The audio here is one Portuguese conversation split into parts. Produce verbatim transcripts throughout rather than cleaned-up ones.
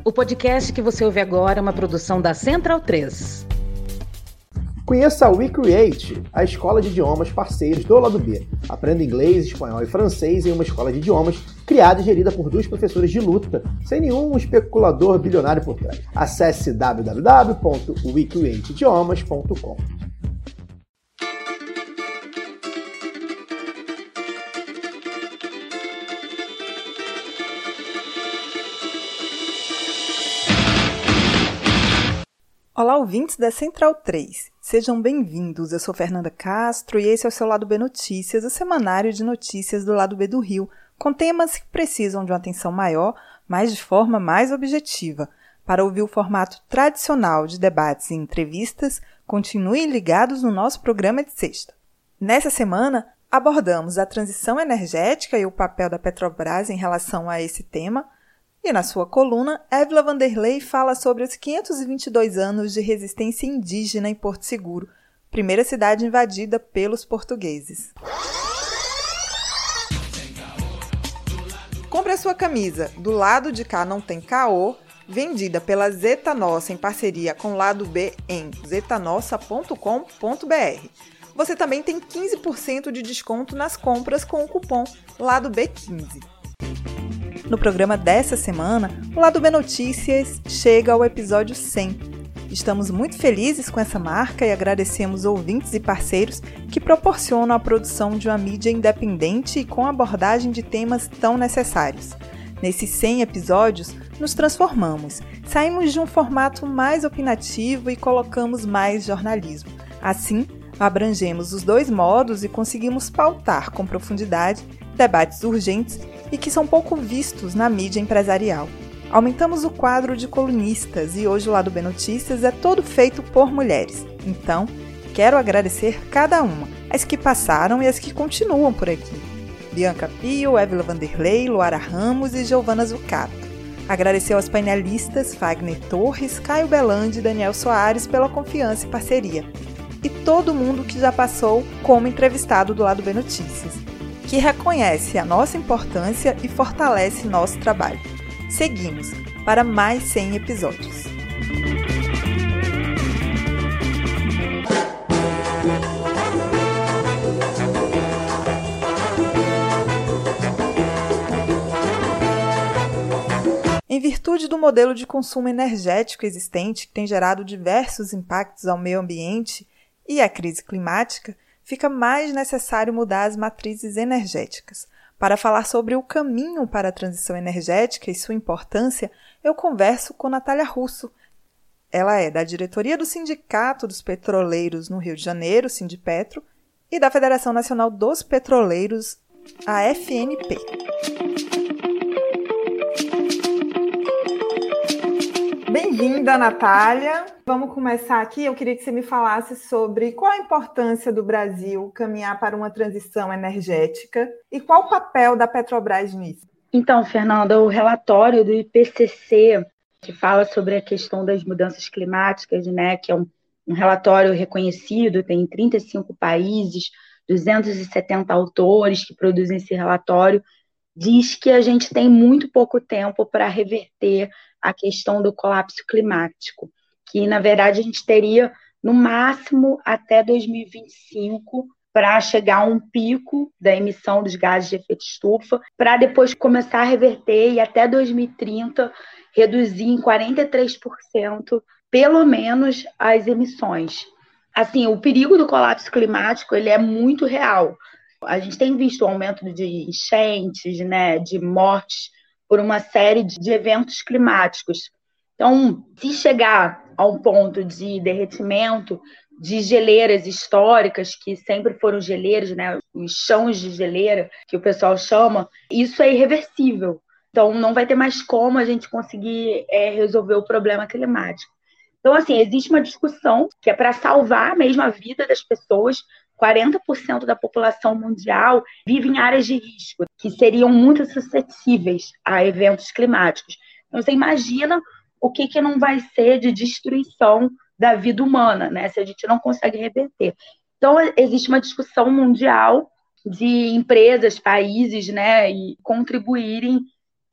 O podcast que você ouve agora é uma produção da Central três. Conheça a WeCreate, a escola de idiomas parceiros do Lado B. Aprenda inglês, espanhol e francês em uma escola de idiomas criada e gerida por duas professoras de luta, sem nenhum especulador bilionário por trás. Acesse w w w ponto we create idiomas ponto com. Olá, ouvintes da Central três. Sejam bem-vindos. Eu sou Fernanda Castro e esse é o seu Lado B Notícias, o semanário de notícias do Lado B do Rio, com temas que precisam de uma atenção maior, mas de forma mais objetiva. Para ouvir o formato tradicional de debates e entrevistas, continuem ligados no nosso programa de sexta. Nessa semana, abordamos a transição energética e o papel da Petrobras em relação a esse tema. E na sua coluna, Évila Vanderlei fala sobre os quinhentos e vinte e dois anos de resistência indígena em Porto Seguro, primeira cidade invadida pelos portugueses. Compre a sua camisa Do Lado de Cá Não Tem Caô, vendida pela Zeta Nossa em parceria com o Lado B em zeta nossa ponto com ponto b r. Você também tem quinze por cento de desconto nas compras com o cupom Lado B quinze. No programa dessa semana, o Lado B Notícias chega ao episódio cem. Estamos muito felizes com essa marca e agradecemos ouvintes e parceiros que proporcionam a produção de uma mídia independente e com abordagem de temas tão necessários. Nesses cem episódios, nos transformamos, saímos de um formato mais opinativo e colocamos mais jornalismo. Assim, abrangemos os dois modos e conseguimos pautar com profundidade debates urgentes e que são pouco vistos na mídia empresarial. Aumentamos o quadro de colunistas e hoje o Lado B Notícias é todo feito por mulheres. Então, quero agradecer cada uma, as que passaram e as que continuam por aqui. Bianca Pio, Évila Vanderlei, Luara Ramos e Giovana Zucato. Agradecer aos painelistas Fagner Torres, Caio Belandi e Daniel Soares pela confiança e parceria. E todo mundo que já passou como entrevistado do Lado B Notícias, que reconhece a nossa importância e fortalece nosso trabalho. Seguimos para mais cem episódios. Em virtude do modelo de consumo energético existente, que tem gerado diversos impactos ao meio ambiente e à crise climática, fica mais necessário mudar as matrizes energéticas. Para falar sobre o caminho para a transição energética e sua importância, eu converso com Natália Russo. Ela é da diretoria do Sindicato dos Petroleiros no Rio de Janeiro, Sindipetro, e da Federação Nacional dos Petroleiros, a F N P. Bem-vinda, Natália. Vamos começar aqui. Eu queria que você me falasse sobre qual a importância do Brasil caminhar para uma transição energética e qual o papel da Petrobras nisso. Então, Fernanda, o relatório do I P C C, que fala sobre a questão das mudanças climáticas, né, que é um, um relatório reconhecido, tem trinta e cinco países, duzentos e setenta autores que produzem esse relatório, diz que a gente tem muito pouco tempo para reverter a questão do colapso climático, que, na verdade, a gente teria, no máximo, até dois mil e vinte e cinco, para chegar a um pico da emissão dos gases de efeito estufa, para depois começar a reverter e, até dois mil e trinta, reduzir em quarenta e três por cento, pelo menos, as emissões. Assim, o perigo do colapso climático ele é muito real. A gente tem visto o aumento de enchentes, né, de mortes, por uma série de eventos climáticos. Então, se chegar a um ponto de derretimento de geleiras históricas, que sempre foram geleiras, né, os chãos de geleira, que o pessoal chama, isso é irreversível. Então, não vai ter mais como a gente conseguir é, resolver o problema climático. Então, assim, existe uma discussão que é para salvar mesmo a vida das pessoas. quarenta por cento da população mundial vive em áreas de risco, que seriam muito suscetíveis a eventos climáticos. Então, você imagina o que, que não vai ser de destruição da vida humana, né, se a gente não consegue reverter. Então, existe uma discussão mundial de empresas, países, né, e contribuírem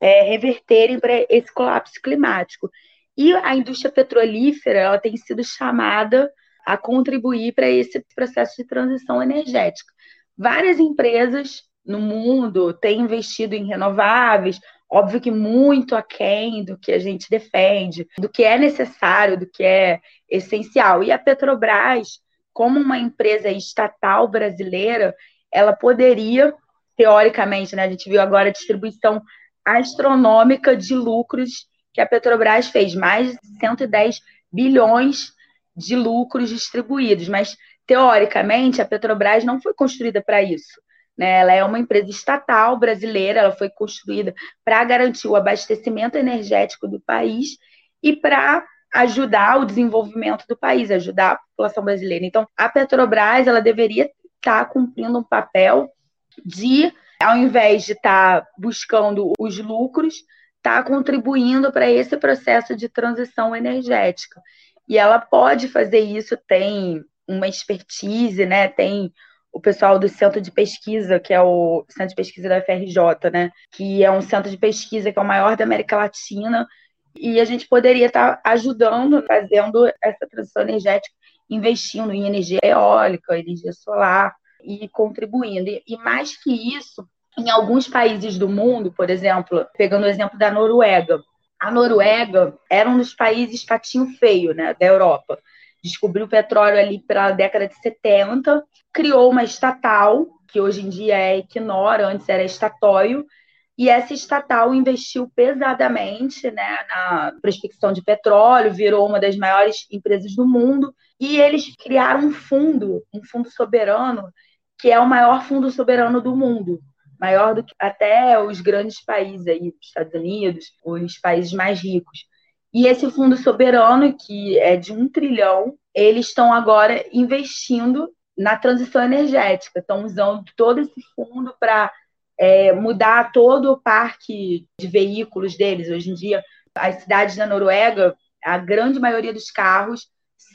é, reverterem para esse colapso climático. E a indústria petrolífera ela tem sido chamada a contribuir para esse processo de transição energética. Várias empresas no mundo têm investido em renováveis, óbvio que muito aquém do que a gente defende, do que é necessário, do que é essencial. E a Petrobras, como uma empresa estatal brasileira, ela poderia, teoricamente, né, a gente viu agora a distribuição astronômica de lucros que a Petrobras fez, mais de cento e dez bilhões de lucros distribuídos, mas, teoricamente, a Petrobras não foi construída para isso. Né? Ela é uma empresa estatal brasileira, ela foi construída para garantir o abastecimento energético do país e para ajudar o desenvolvimento do país, ajudar a população brasileira. Então, a Petrobras ela deveria estar cumprindo um papel de, ao invés de estar buscando os lucros, estar contribuindo para esse processo de transição energética. E ela pode fazer isso, tem uma expertise, né? Tem o pessoal do Centro de Pesquisa, que é o Centro de Pesquisa da F R J, né? Que é um centro de pesquisa que é o maior da América Latina, e a gente poderia estar ajudando, fazendo essa transição energética, investindo em energia eólica, energia solar, e contribuindo. E mais que isso, em alguns países do mundo, por exemplo, pegando o exemplo da Noruega, a Noruega era um dos países patinho feio, né, da Europa. Descobriu petróleo ali pela década de setenta, criou uma estatal, que hoje em dia é Equinor, antes era Statoil, e essa estatal investiu pesadamente, né, na prospecção de petróleo, virou uma das maiores empresas do mundo, e eles criaram um fundo, um fundo soberano, que é o maior fundo soberano do mundo, maior do que até os grandes países aí, os Estados Unidos, os países mais ricos. E esse fundo soberano, que é de um trilhão, eles estão agora investindo na transição energética, estão usando todo esse fundo para é, mudar todo o parque de veículos deles. Hoje em dia, as cidades da Noruega, a grande maioria dos carros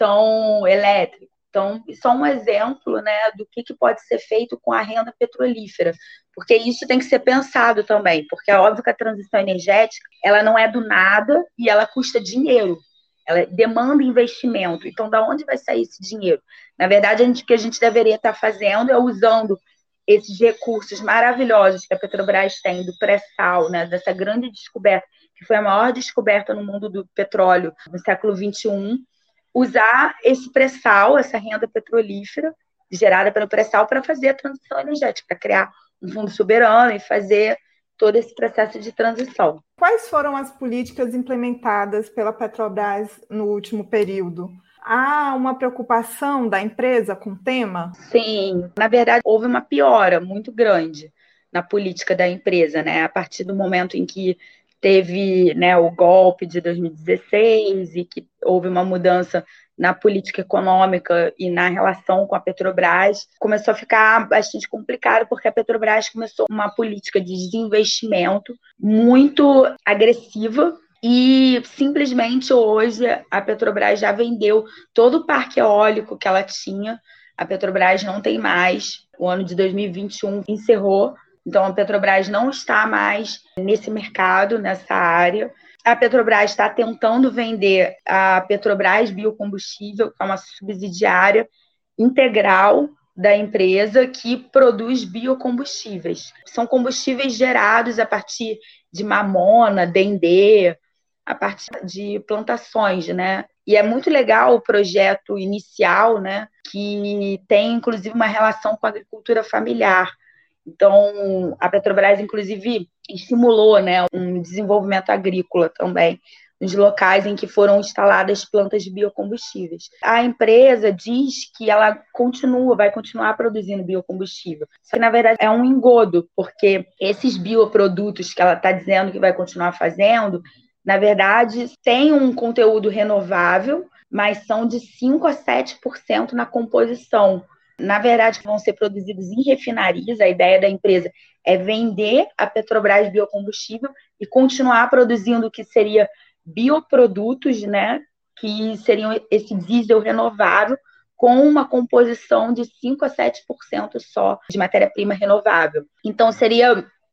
são elétricos. Então, isso é um exemplo, né, do que, que pode ser feito com a renda petrolífera, porque isso tem que ser pensado também, porque é óbvio que a transição energética ela não é do nada e ela custa dinheiro, ela demanda investimento. Então, da onde vai sair esse dinheiro? Na verdade, a gente, o que a gente deveria estar fazendo é usando esses recursos maravilhosos que a Petrobras tem do pré-sal, né, dessa grande descoberta, que foi a maior descoberta no mundo do petróleo no século vinte e um, usar esse pré-sal, essa renda petrolífera gerada pelo pré-sal para fazer a transição energética, para criar um fundo soberano e fazer todo esse processo de transição. Quais foram as políticas implementadas pela Petrobras no último período? Há uma preocupação da empresa com o tema? Sim, na verdade, houve uma piora muito grande na política da empresa, né? A partir do momento em que teve, né, o golpe de dois mil e dezesseis e que houve uma mudança na política econômica e na relação com a Petrobras, começou a ficar bastante complicado, porque a Petrobras começou uma política de desinvestimento muito agressiva e simplesmente hoje a Petrobras já vendeu todo o parque eólico que ela tinha. A Petrobras não tem mais, o ano de dois mil e vinte e um encerrou. Então, a Petrobras não está mais nesse mercado, nessa área. A Petrobras está tentando vender a Petrobras Biocombustível, que é uma subsidiária integral da empresa que produz biocombustíveis. São combustíveis gerados a partir de mamona, dendê, a partir de plantações, né? E é muito legal o projeto inicial, né? Que tem, inclusive, uma relação com a agricultura familiar. Então, a Petrobras, inclusive, estimulou, né, um desenvolvimento agrícola também, nos locais em que foram instaladas plantas de biocombustíveis. A empresa diz que ela continua, vai continuar produzindo biocombustível. Só que, na verdade, é um engodo, porque esses bioprodutos que ela está dizendo que vai continuar fazendo, na verdade, têm um conteúdo renovável, mas são de cinco a sete por cento na composição. Na verdade, vão ser produzidos em refinarias. A ideia da empresa é vender a Petrobras Biocombustível e continuar produzindo o que seria bioprodutos, né, que seriam esse diesel renovável com uma composição de cinco a sete por cento só de matéria-prima renovável. Então, seria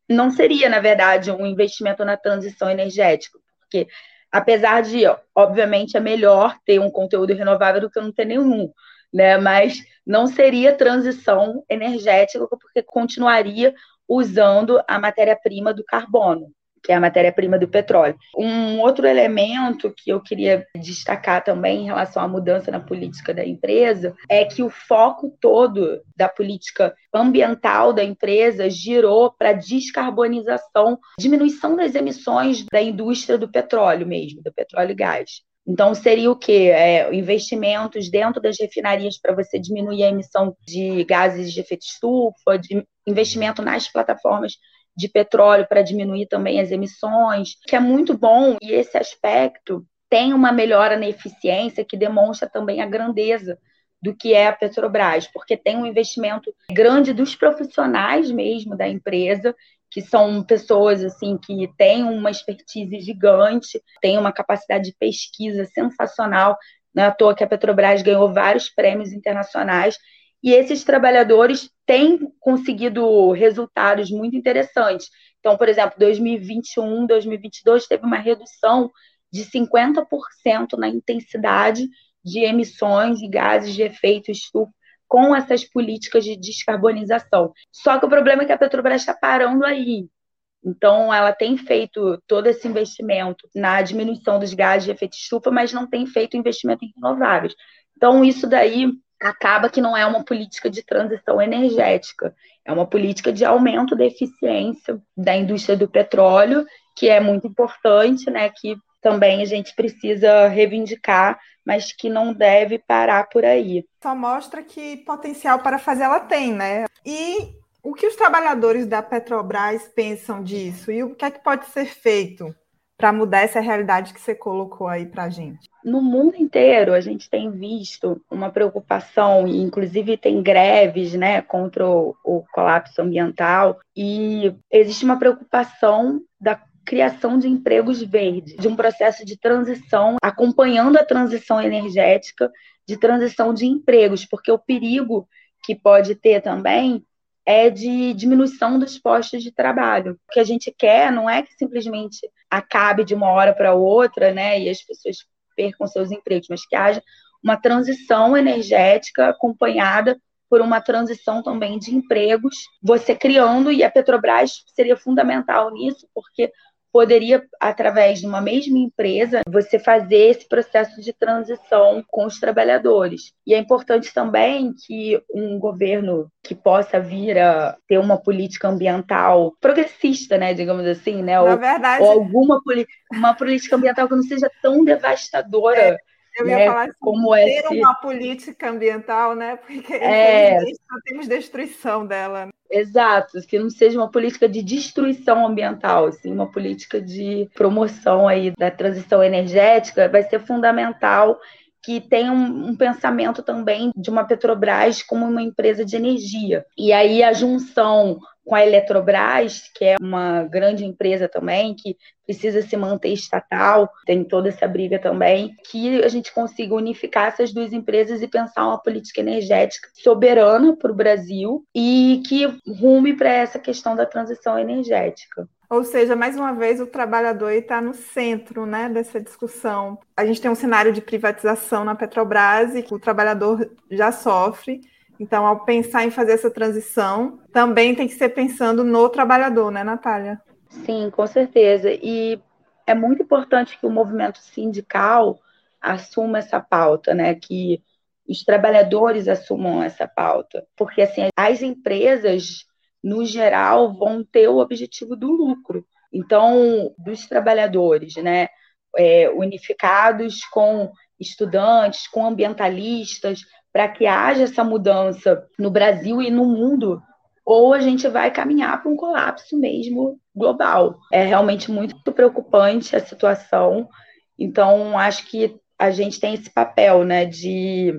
não seria, na verdade, um investimento na transição energética, porque apesar de, obviamente, é melhor ter um conteúdo renovável do que não ter nenhum, né? Mas não seria transição energética, porque continuaria usando a matéria-prima do carbono, que é a matéria-prima do petróleo. Um outro elemento que eu queria destacar também em relação à mudança na política da empresa é que o foco todo da política ambiental da empresa girou para a descarbonização, diminuição das emissões da indústria do petróleo mesmo, do petróleo e gás. Então, seria o quê? É, investimentos dentro das refinarias para você diminuir a emissão de gases de efeito estufa, de investimento nas plataformas de petróleo para diminuir também as emissões, que é muito bom, e esse aspecto tem uma melhora na eficiência que demonstra também a grandeza do que é a Petrobras, porque tem um investimento grande dos profissionais mesmo da empresa, que são pessoas assim que têm uma expertise gigante, têm uma capacidade de pesquisa sensacional, não é à toa que a Petrobras ganhou vários prêmios internacionais, e esses trabalhadores têm conseguido resultados muito interessantes. Então, por exemplo, dois mil e vinte e um, dois mil e vinte e dois teve uma redução de cinquenta por cento na intensidade de emissões de gases de efeito estufa com essas políticas de descarbonização. Só que o problema é que a Petrobras está parando aí. Então, ela tem feito todo esse investimento na diminuição dos gases de efeito estufa, mas não tem feito investimento em renováveis. Então, isso daí acaba que não é uma política de transição energética, é uma política de aumento da eficiência da indústria do petróleo, que é muito importante, né, que também a gente precisa reivindicar, mas que não deve parar por aí. Só mostra que potencial para fazer ela tem, né? E o que os trabalhadores da Petrobras pensam disso? E o que é que pode ser feito para mudar essa realidade que você colocou aí para a gente? No mundo inteiro, a gente tem visto uma preocupação, e inclusive tem greves, né, contra o, o colapso ambiental, e existe uma preocupação da criação de empregos verdes, de um processo de transição, acompanhando a transição energética, de transição de empregos, porque o perigo que pode ter também é de diminuição dos postos de trabalho. O que a gente quer não é que simplesmente acabe de uma hora para outra, né, e as pessoas percam seus empregos, mas que haja uma transição energética acompanhada por uma transição também de empregos, você criando, e a Petrobras seria fundamental nisso, porque poderia, através de uma mesma empresa, você fazer esse processo de transição com os trabalhadores. E é importante também que um governo que possa vir a ter uma política ambiental progressista, né, digamos assim, né, ou, verdade, ou alguma uma política ambiental que não seja tão devastadora. É. Eu ia né, falar assim, como ter esse... uma política ambiental, né? Porque é... infelizmente nós temos destruição dela. Exato, que não seja uma política de destruição ambiental, assim, uma política de promoção aí da transição energética, vai ser fundamental que tenha um, um pensamento também de uma Petrobras como uma empresa de energia. E aí a junção com a Eletrobras, que é uma grande empresa também, que precisa se manter estatal, tem toda essa briga também, que a gente consiga unificar essas duas empresas e pensar uma política energética soberana para o Brasil e que rume para essa questão da transição energética. Ou seja, mais uma vez, o trabalhador está no centro, né, dessa discussão. A gente tem um cenário de privatização na Petrobras e que o trabalhador já sofre. Então, ao pensar em fazer essa transição, também tem que ser pensando no trabalhador, né, Natália? Sim, com certeza. E é muito importante que o movimento sindical assuma essa pauta, né? Que os trabalhadores assumam essa pauta. Porque, assim, as empresas, no geral, vão ter o objetivo do lucro. Então, dos trabalhadores, né? É, unificados com estudantes, com ambientalistas, para que haja essa mudança no Brasil e no mundo, ou a gente vai caminhar para um colapso mesmo global. É realmente muito preocupante a situação, então acho que a gente tem esse papel, né, de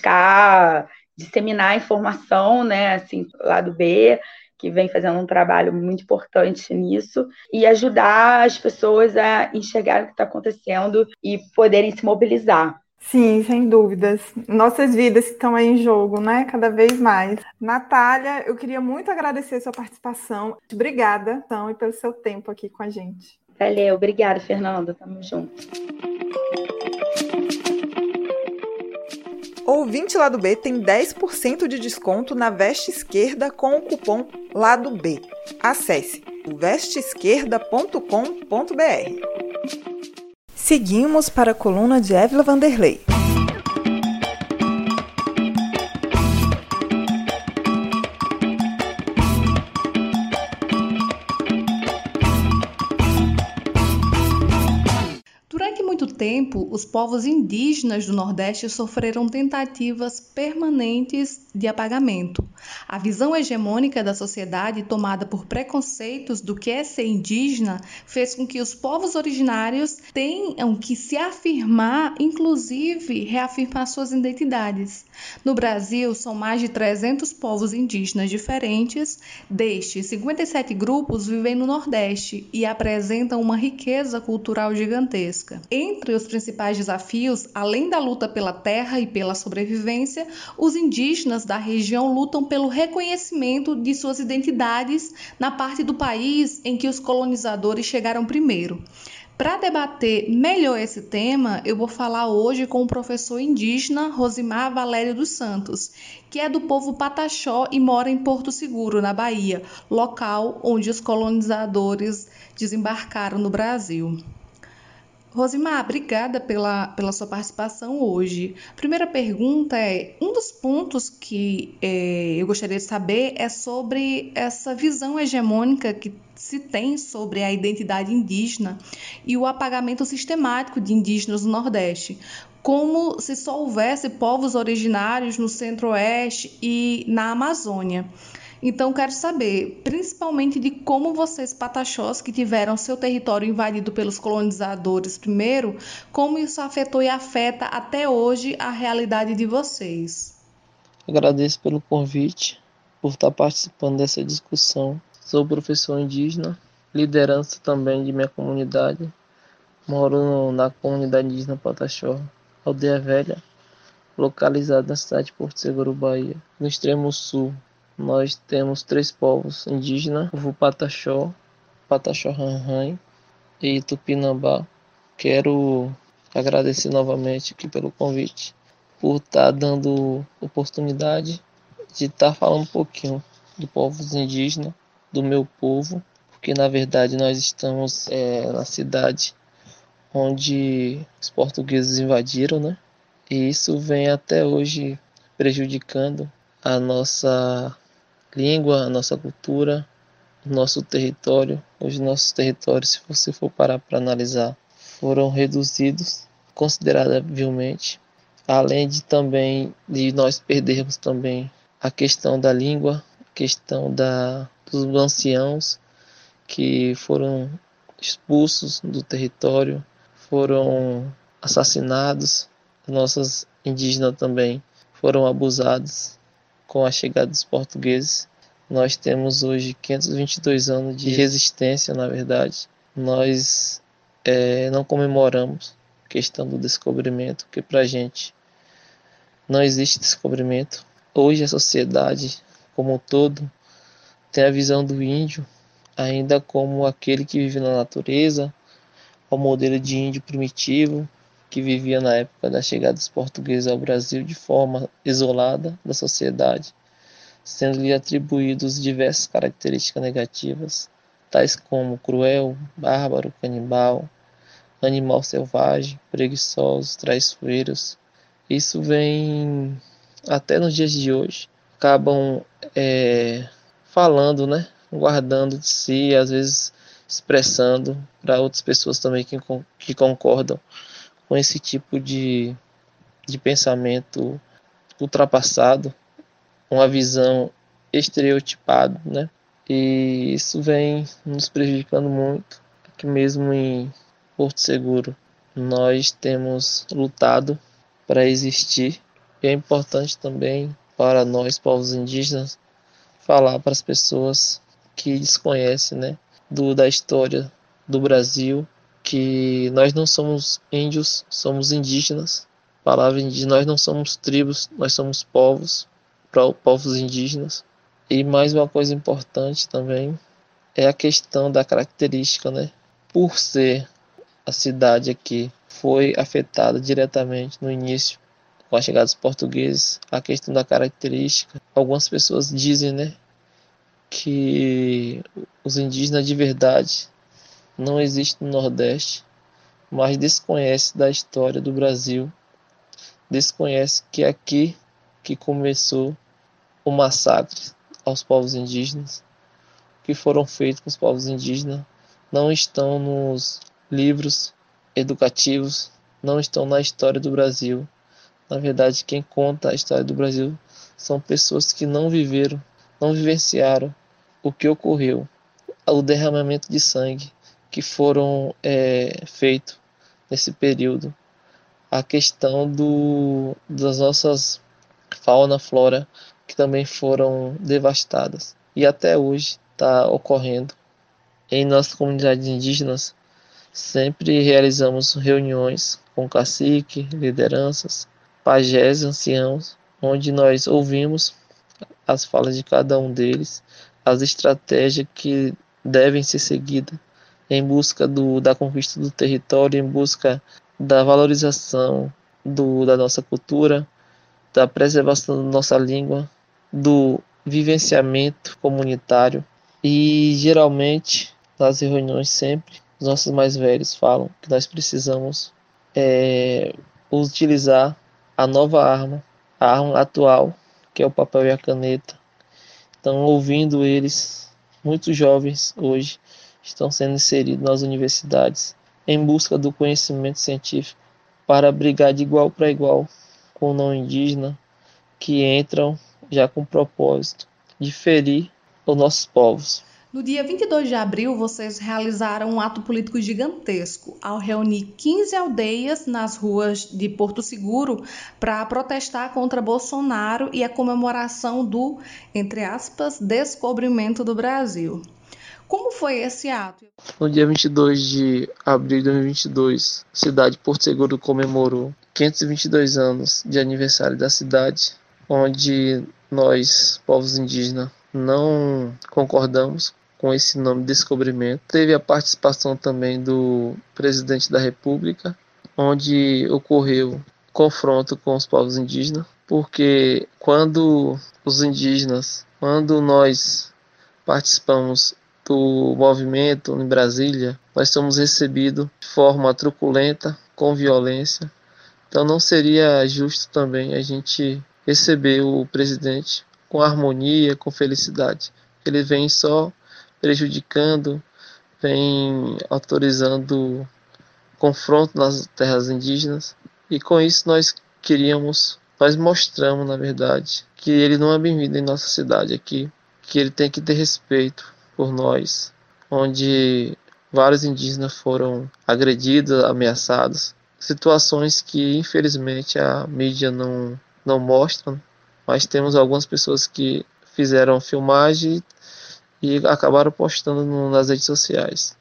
buscar disseminar informação, né, assim, lado B, que vem fazendo um trabalho muito importante nisso, e ajudar as pessoas a enxergar o que está acontecendo e poderem se mobilizar. Sim, sem dúvidas. Nossas vidas estão aí em jogo, né? Cada vez mais. Natália, eu queria muito agradecer a sua participação. Obrigada, então, e pelo seu tempo aqui com a gente. Valeu, obrigada, Fernanda. Tamo junto. Ouvinte Lado B tem dez por cento de desconto na Veste Esquerda com o cupom Lado B. Acesse o veste esquerda ponto com ponto b r. Seguimos para a coluna de Évila Vanderlei. Durante muito tempo, os povos indígenas do Nordeste sofreram tentativas permanentes de apagamento. A visão hegemônica da sociedade, tomada por preconceitos do que é ser indígena, fez com que os povos originários tenham que se afirmar, inclusive reafirmar suas identidades. No Brasil, são mais de trezentos povos indígenas diferentes. Destes, cinquenta e sete grupos vivem no Nordeste e apresentam uma riqueza cultural gigantesca. Entre os principais desafios, além da luta pela terra e pela sobrevivência, os indígenas da região lutam pelo reconhecimento de suas identidades na parte do país em que os colonizadores chegaram primeiro. Para debater melhor esse tema, eu vou falar hoje com o professor indígena Rosimar Valério dos Santos, que é do povo Pataxó e mora em Porto Seguro, na Bahia, local onde os colonizadores desembarcaram no Brasil. Rosimar, obrigada pela, pela sua participação hoje. Primeira pergunta é, um dos pontos que é, eu gostaria de saber é sobre essa visão hegemônica que se tem sobre a identidade indígena e o apagamento sistemático de indígenas no Nordeste, como se só houvesse povos originários no Centro-Oeste e na Amazônia. Então, quero saber, principalmente, de como vocês, pataxós, que tiveram seu território invadido pelos colonizadores primeiro, como isso afetou e afeta até hoje a realidade de vocês. Agradeço pelo convite, por estar participando dessa discussão. Sou professor indígena, liderança também de minha comunidade. Moro na comunidade indígena Pataxó, Aldeia Velha, localizada na cidade de Porto Seguro, Bahia, no extremo sul. Nós temos três povos indígenas, o povo Pataxó, Pataxó-Ranrãe e Tupinambá. Quero agradecer novamente aqui pelo convite, por estar dando oportunidade de estar falando um pouquinho do povo indígena, do meu povo, porque na verdade nós estamos é, na cidade onde os portugueses invadiram, né? E isso vem até hoje prejudicando a nossa língua, a nossa cultura, o nosso território. Os nossos territórios, se você for parar para analisar, foram reduzidos consideravelmente, além de também de nós perdermos também a questão da língua, a questão da, dos anciãos que foram expulsos do território, foram assassinados, nossas indígenas também foram abusados com a chegada dos portugueses. Nós temos hoje quinhentos e vinte e dois anos de resistência, na verdade. Nós é, não comemoramos a questão do descobrimento, porque para a gente não existe descobrimento. Hoje a sociedade, como um todo, tem a visão do índio ainda como aquele que vive na natureza, ao modelo de índio primitivo, que vivia na época da chegada dos portugueses ao Brasil de forma isolada da sociedade, sendo-lhe atribuídos diversas características negativas, tais como cruel, bárbaro, canibal, animal selvagem, preguiçosos, traiçoeiros. Isso vem até nos dias de hoje, acabam é, falando, né, guardando de si, às vezes expressando para outras pessoas também que, que concordam com esse tipo de, de pensamento ultrapassado, uma visão estereotipada, né? E isso vem nos prejudicando muito. Aqui mesmo em Porto Seguro, nós temos lutado para existir. E é importante também para nós, povos indígenas, falar para as pessoas que desconhecem, né, do, da história do Brasil, que nós não somos índios, somos indígenas, A palavra indígena, nós não somos tribos, nós somos povos, povos indígenas. E mais uma coisa importante também é a questão da característica, né? Por ser a cidade aqui foi afetada diretamente no início com a chegada dos portugueses, a questão da característica. Algumas pessoas dizem, né, que os indígenas de verdade não existem no Nordeste, mas desconhecem da história do Brasil, desconhecem que é aqui que começou o massacre aos povos indígenas, que foram feitos com os povos indígenas, não estão nos livros educativos, não estão na história do Brasil. Na verdade, quem conta a história do Brasil são pessoas que não viveram, não vivenciaram o que ocorreu, o derramamento de sangue que foram é, feito nesse período, a questão do, das nossas fauna, flora, que também foram devastadas. E até hoje está ocorrendo. Em nossas comunidades indígenas, sempre realizamos reuniões com cacique, lideranças, pajés, anciãos, onde nós ouvimos as falas de cada um deles, as estratégias que devem ser seguidas em busca do, da conquista do território, em busca da valorização do, da nossa cultura, da preservação da nossa língua, do vivenciamento comunitário. E geralmente nas reuniões sempre os nossos mais velhos falam que nós precisamos é, utilizar a nova arma, a arma atual, que é o papel e a caneta. Então, ouvindo eles, muitos jovens hoje estão sendo inseridos nas universidades em busca do conhecimento científico para brigar de igual para igual com o não indígena, que entram já com o propósito de ferir os nossos povos. No dia vinte e dois de abril, vocês realizaram um ato político gigantesco ao reunir quinze aldeias nas ruas de Porto Seguro para protestar contra Bolsonaro e a comemoração do, entre aspas, descobrimento do Brasil. Como foi esse ato? No dia vinte e dois de abril de dois mil e vinte e dois, a cidade de Porto Seguro comemorou quinhentos e vinte e dois anos de aniversário da cidade, onde nós, povos indígenas, não concordamos com esse nome descobrimento. Teve a participação também do presidente da República, onde ocorreu confronto com os povos indígenas, porque quando os indígenas, quando nós participamos do movimento em Brasília, nós somos recebidos de forma truculenta, com violência. Então não seria justo também a gente receber o presidente com harmonia, com felicidade. Ele vem só prejudicando, vem autorizando confronto nas terras indígenas, e com isso nós queríamos, nós mostramos na verdade que ele não é bem-vindo em nossa cidade aqui, que ele tem que ter respeito por nós, onde vários indígenas foram agredidos, ameaçados, situações que infelizmente a mídia não, não mostra, mas temos algumas pessoas que fizeram filmagem e acabaram postando no, nas redes sociais.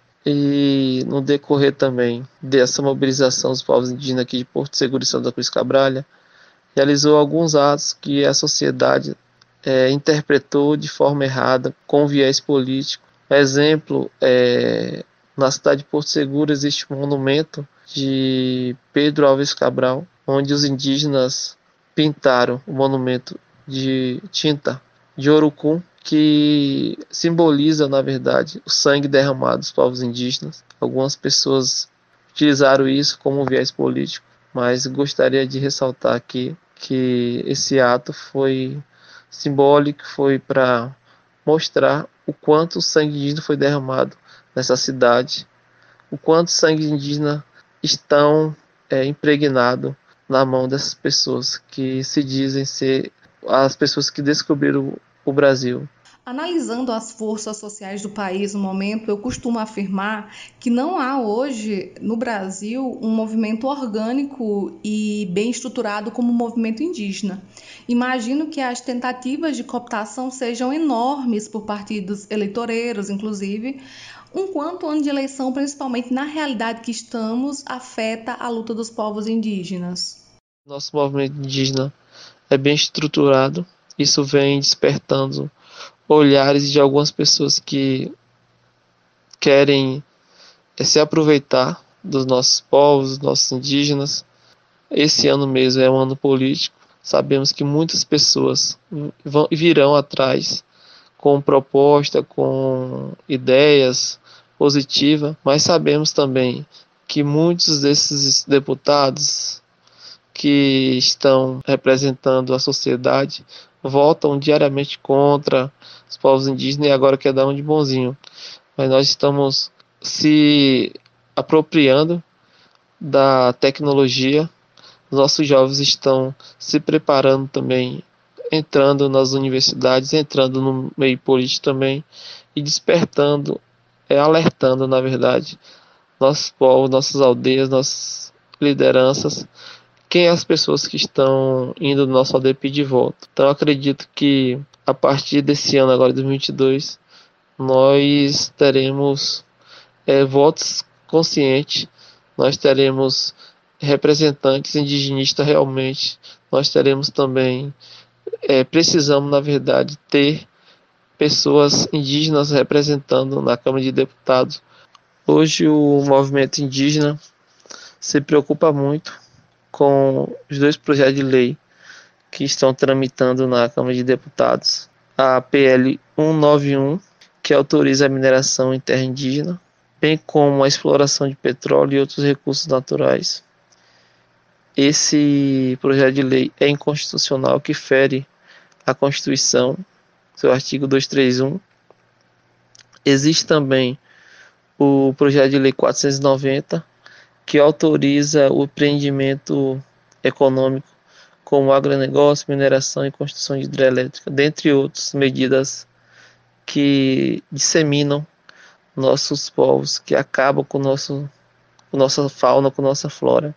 E no decorrer também dessa mobilização dos povos indígenas aqui de Porto Seguro e Santa Cruz Cabrália, realizou alguns atos que a sociedade é, interpretou de forma errada, com viés político. Exemplo, é, na cidade de Porto Seguro existe um monumento de Pedro Álvares Cabral, onde os indígenas pintaram o monumento de tinta de urucum, que simboliza, na verdade, o sangue derramado dos povos indígenas. Algumas pessoas utilizaram isso como viés político, mas gostaria de ressaltar aqui que esse ato foi simbólico, foi para mostrar o quanto o sangue indígena foi derramado nessa cidade, o quanto o sangue indígena estão é, impregnado na mão dessas pessoas que se dizem ser as pessoas que descobriram o Brasil. Analisando as forças sociais do país no momento, eu costumo afirmar que não há hoje no Brasil um movimento orgânico e bem estruturado como o movimento indígena. Imagino que as tentativas de cooptação sejam enormes por partidos eleitoreiros, inclusive, enquanto o ano de eleição, principalmente na realidade que estamos, afeta a luta dos povos indígenas. Nosso movimento indígena é bem estruturado. Isso vem despertando olhares de algumas pessoas que querem se aproveitar dos nossos povos, dos nossos indígenas. Esse ano mesmo é um ano político. Sabemos que muitas pessoas vão, virão atrás com proposta, com ideias positivas, mas sabemos também que muitos desses deputados que estão representando a sociedade votam diariamente contra os povos indígenas e agora quer dar um de bonzinho. Mas nós estamos se apropriando da tecnologia, nossos jovens estão se preparando também, entrando nas universidades, entrando no meio político também e despertando, é, alertando, na verdade, nossos povos, nossas aldeias, nossas lideranças, quem é as pessoas que estão indo no nosso A D pedir voto. Então acredito que a partir desse ano, agora dois mil e vinte e dois, nós teremos é, votos conscientes, nós teremos representantes indigenistas realmente, nós teremos também, é, precisamos na verdade ter pessoas indígenas representando na Câmara de Deputados. Hoje o movimento indígena se preocupa muito com os dois projetos de lei que estão tramitando na Câmara de Deputados. A P L cento e noventa e um, que autoriza a mineração em terra indígena, bem como a exploração de petróleo e outros recursos naturais. Esse projeto de lei é inconstitucional, que fere a Constituição, seu artigo duzentos e trinta e um. Existe também o projeto de lei quatrocentos e noventa, que autoriza o empreendimento econômico como agronegócio, mineração e construção de hidrelétrica, dentre outras medidas que disseminam nossos povos, que acabam com, nosso, com nossa fauna, com nossa flora.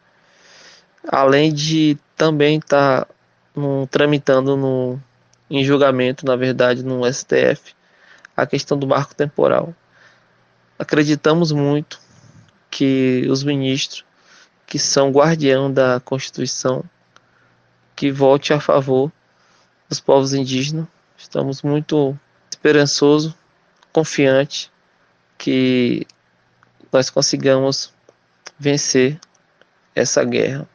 Além de também estar tá, um, tramitando no, em julgamento, na verdade, no S T F, a questão do marco temporal. Acreditamos muito que os ministros, que são guardião da Constituição, que vote a favor dos povos indígenas. Estamos muito esperançosos, confiantes que nós consigamos vencer essa guerra.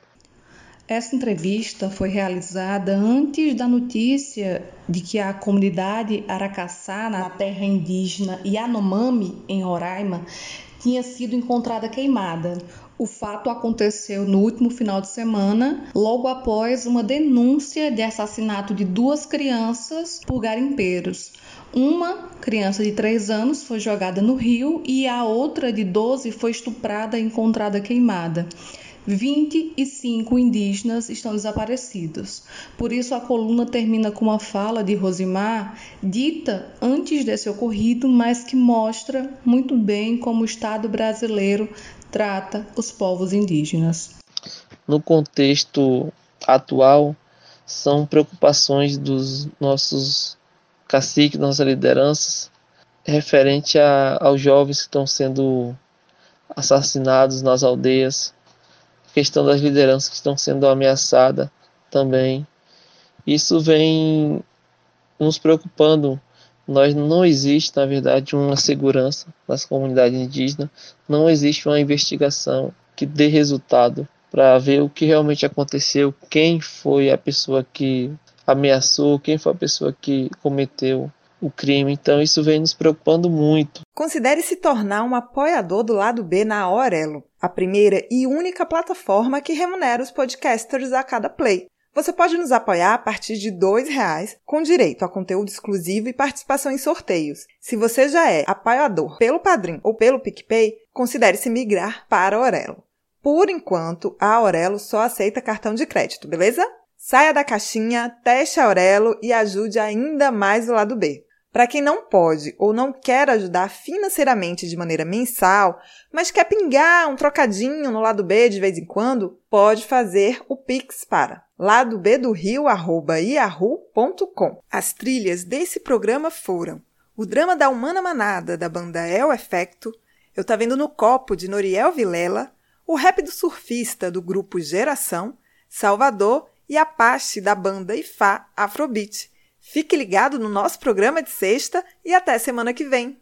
Essa entrevista foi realizada antes da notícia de que a comunidade Aracaçá, na terra indígena Yanomami, em Roraima, tinha sido encontrada queimada. O fato aconteceu no último final de semana, logo após uma denúncia de assassinato de duas crianças por garimpeiros. Uma criança de três anos foi jogada no rio e a outra, de doze, foi estuprada e encontrada queimada. vinte e cinco indígenas estão desaparecidos. Por isso, a coluna termina com uma fala de Rosimar, dita antes desse ocorrido, mas que mostra muito bem como o Estado brasileiro trata os povos indígenas. No contexto atual, são preocupações dos nossos caciques, nossas lideranças, referente a, aos jovens que estão sendo assassinados nas aldeias, questão das lideranças que estão sendo ameaçadas também. Isso vem nos preocupando. Nós não existe, na verdade, uma segurança nas comunidades indígenas, não existe uma investigação que dê resultado para ver o que realmente aconteceu, quem foi a pessoa que ameaçou, quem foi a pessoa que cometeu o crime. Então isso vem nos preocupando muito. Considere se tornar um apoiador do Lado B na Aurelo, a primeira e única plataforma que remunera os podcasters a cada play. Você pode nos apoiar a partir de dois reais, com direito a conteúdo exclusivo e participação em sorteios. Se você já é apoiador pelo Padrim ou pelo PicPay, considere se migrar para a Aurelo. Por enquanto, a Aurelo só aceita cartão de crédito, beleza? Saia da caixinha, teste a Aurelo e ajude ainda mais o Lado B. Para quem não pode ou não quer ajudar financeiramente de maneira mensal, mas quer pingar um trocadinho no Lado B de vez em quando, pode fazer o Pix para ladobedorio arroba yahoo ponto com. As trilhas desse programa foram o drama da Humana Manada, da banda El Efecto, Eu Tá Vendo no Copo, de Noriel Vilela, o rap do surfista, do grupo Geração, Salvador e Apache, da banda Ifá Afrobeat. Fique ligado no nosso programa de sexta e até semana que vem!